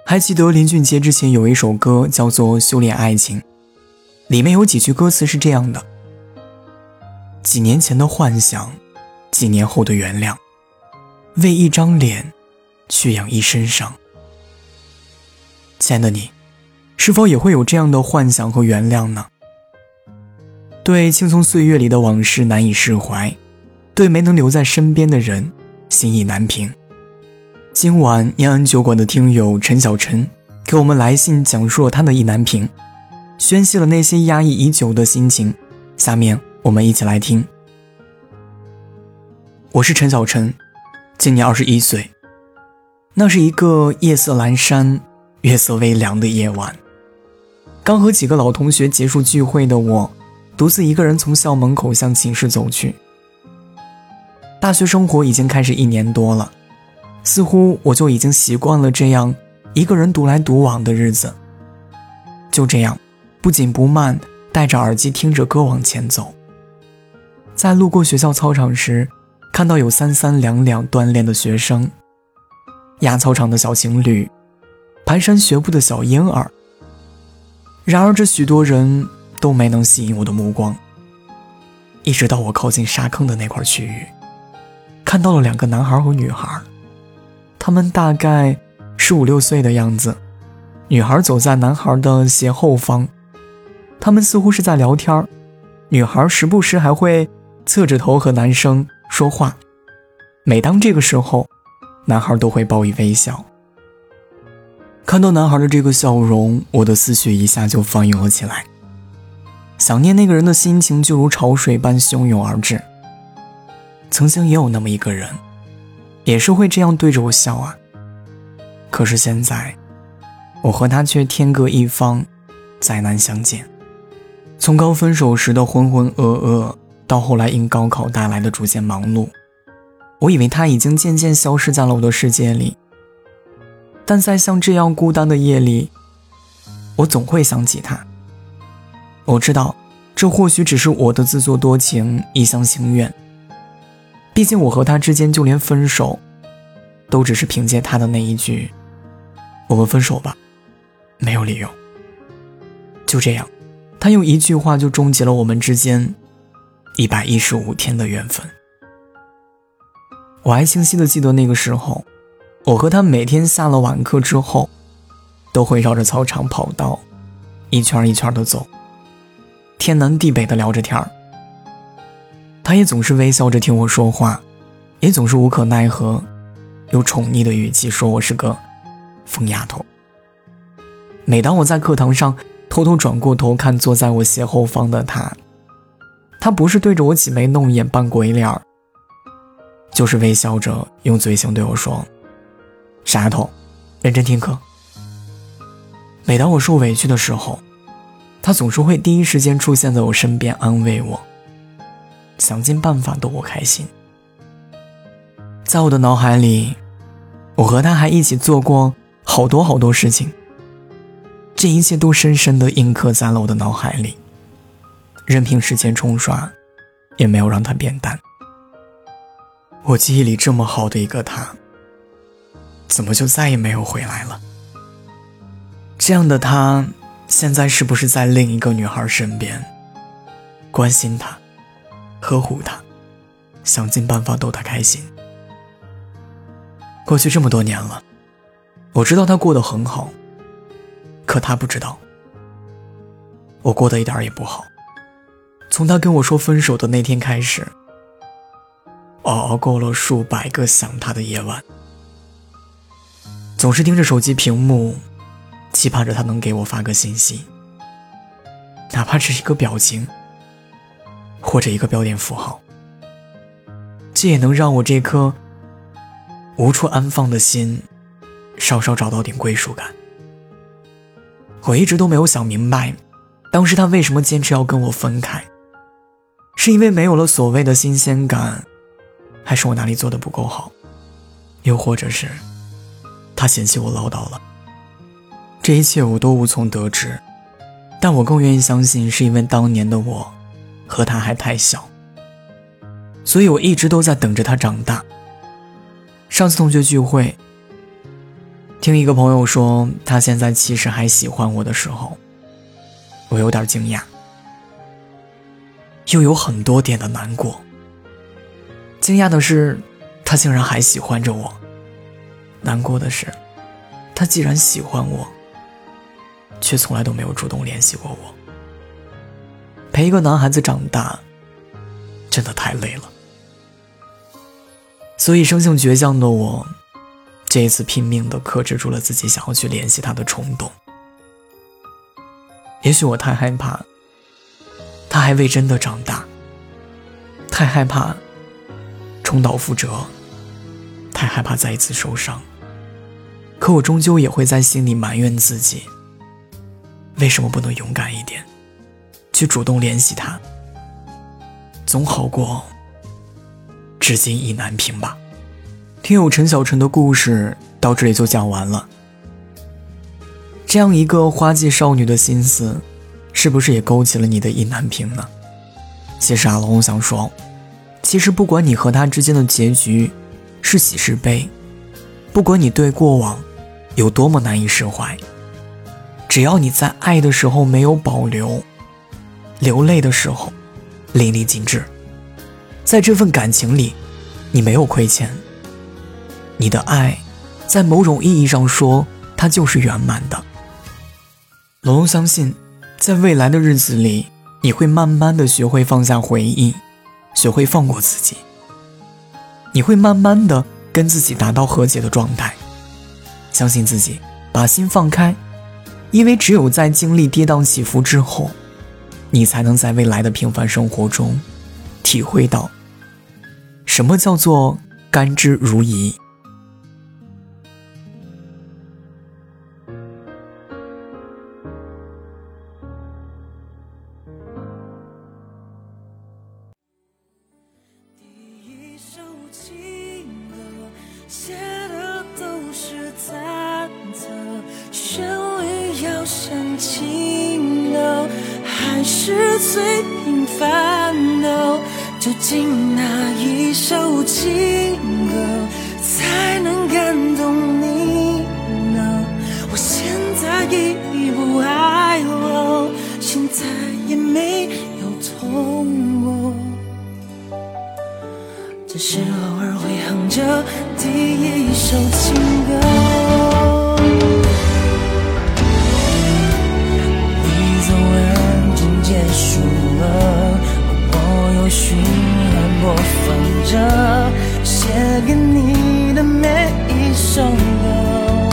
还记得林俊杰之前有一首歌叫做《修炼爱情》，里面有几句歌词是这样的：几年前的幻想，几年后的原谅，为一张脸去养一身伤。亲爱的你，是否也会有这样的幻想和原谅呢？对青葱岁月里的往事难以释怀，对没能留在身边的人心意难平。今晚延安酒馆的听友陈小晨给我们来信，讲述了他的意难平，宣泄了那些压抑已久的心情。下面我们一起来听。我是陈小晨，今年21岁。那是一个夜色阑珊、月色微凉的夜晚，刚和几个老同学结束聚会的我，独自一个人从校门口向寝室走去。大学生活已经开始1年多了，似乎我就已经习惯了这样一个人独来独往的日子。就这样不紧不慢，戴着耳机听着歌往前走。在路过学校操场时，看到有三三两两锻炼的学生，压操场的小情侣，蹒跚学步的小婴儿。然而这许多人都没能吸引我的目光，一直到我靠近沙坑的那块区域，看到了2个男孩和女孩，他们大概15、16岁的样子。女孩走在男孩的斜后方，他们似乎是在聊天，女孩时不时还会侧着头和男生说话。每当这个时候，男孩都会报以微笑。看到男孩的这个笑容，我的思绪一下就翻涌了起来，想念那个人的心情就如潮水般汹涌而至。曾经也有那么一个人，也是会这样对着我笑啊。可是现在，我和他却天各一方，再难相见。从刚分手时的浑浑噩噩，到后来因高考带来的逐渐忙碌，我以为他已经渐渐消失在了我的世界里。但在像这样孤单的夜里，我总会想起他。我知道，这或许只是我的自作多情、一厢情愿。毕竟我和他之间就连分手，都只是凭借他的那一句“我们分手吧”，没有理由。就这样，他用一句话就终结了我们之间115天的缘分。我还清晰地记得那个时候，我和他每天下了晚课之后，都会绕着操场跑道一圈一圈地走，天南地北地聊着天儿。他也总是微笑着听我说话，也总是无可奈何用宠溺的语气说我是个疯丫头。每当我在课堂上偷偷转过头看坐在我斜后方的他，他不是对着我挤眉弄眼扮鬼脸，就是微笑着用嘴型对我说：“傻丫头，认真听课。”每当我受委屈的时候，他总是会第一时间出现在我身边安慰我，想尽办法逗我开心。在我的脑海里，我和他还一起做过好多好多事情，这一切都深深地印刻在了我的脑海里，任凭时间冲刷，也没有让它变淡。我记忆里这么好的一个他，怎么就再也没有回来了？这样的他，现在是不是在另一个女孩身边，关心她，呵护她，想尽办法逗她开心？过去这么多年了，我知道他过得很好，可他不知道，我过得一点也不好。从他跟我说分手的那天开始，我熬过了数百个想他的夜晚，总是盯着手机屏幕，期盼着他能给我发个信息，哪怕只是一个表情，或者一个标点符号，这也能让我这颗无处安放的心稍稍找到点归属感。我一直都没有想明白，当时他为什么坚持要跟我分开，是因为没有了所谓的新鲜感，还是我哪里做得不够好，又或者是他嫌弃我唠叨了？这一切我都无从得知，但我更愿意相信是因为当年的我和他还太小，所以我一直都在等着他长大。上次同学聚会， 听一个朋友说他现在其实还喜欢我的时候，我有点惊讶，又有很多点的难过。惊讶的是他竟然还喜欢着我，难过的是他既然喜欢我，却从来都没有主动联系过我。陪一个男孩子长大真的太累了，所以生性倔强的我这一次拼命地克制住了自己想要去联系他的冲动。也许我太害怕他还未真的长大，太害怕重蹈覆辙，太害怕再一次受伤。可我终究也会在心里埋怨自己，为什么不能勇敢一点，去主动联系他，总好过至今意难平吧。听友陈小晨的故事到这里就讲完了。这样一个花季少女的心思，是不是也勾起了你的意难平呢？其实啊，龙想说，其实不管你和他之间的结局是喜是悲，不管你对过往有多么难以释怀，只要你在爱的时候没有保留，流泪的时候淋漓尽致，在这份感情里你没有亏欠，你的爱在某种意义上说它就是圆满的。龙龙相信在未来的日子里，你会慢慢的学会放下回忆，学会放过自己，你会慢慢的跟自己达到和解的状态，相信自己，把心放开，因为只有在经历跌宕起伏之后，你才能在未来的平凡生活中体会到什么叫做甘之如饴。 写的都是忐忑，旋律要像情的，还是最平凡的？究竟哪一首情歌才能感动你呢？我现在已不爱了，心再也没有痛过，只是偶尔会哼着第一首情歌。你走了，竟结束了，我又循环播放着写给你的每一首歌。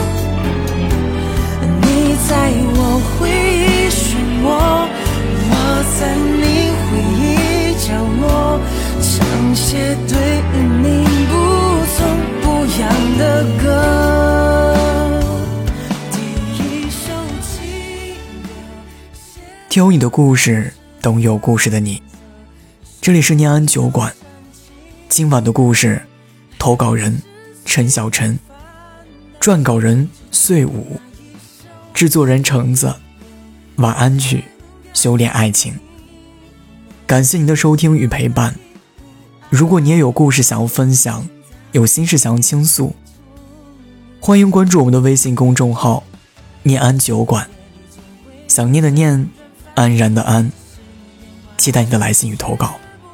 你在我回忆漩涡，我在你回忆角落，唱些对你不痛不痒的歌。第一首情歌， 听有你的故事，懂有故事的你。这里是念安酒馆，今晚的故事投稿人陈小晨，撰稿人岁武，制作人橙子，晚安曲修炼爱情。感谢您的收听与陪伴。如果你也有故事想要分享，有心事想要倾诉，欢迎关注我们的微信公众号念安酒馆，想念的念，安然的安，期待你的来信与投稿。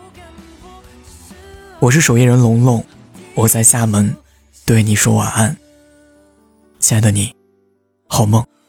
我是守夜人龙龙，我在厦门对你说晚安，亲爱的你，好梦。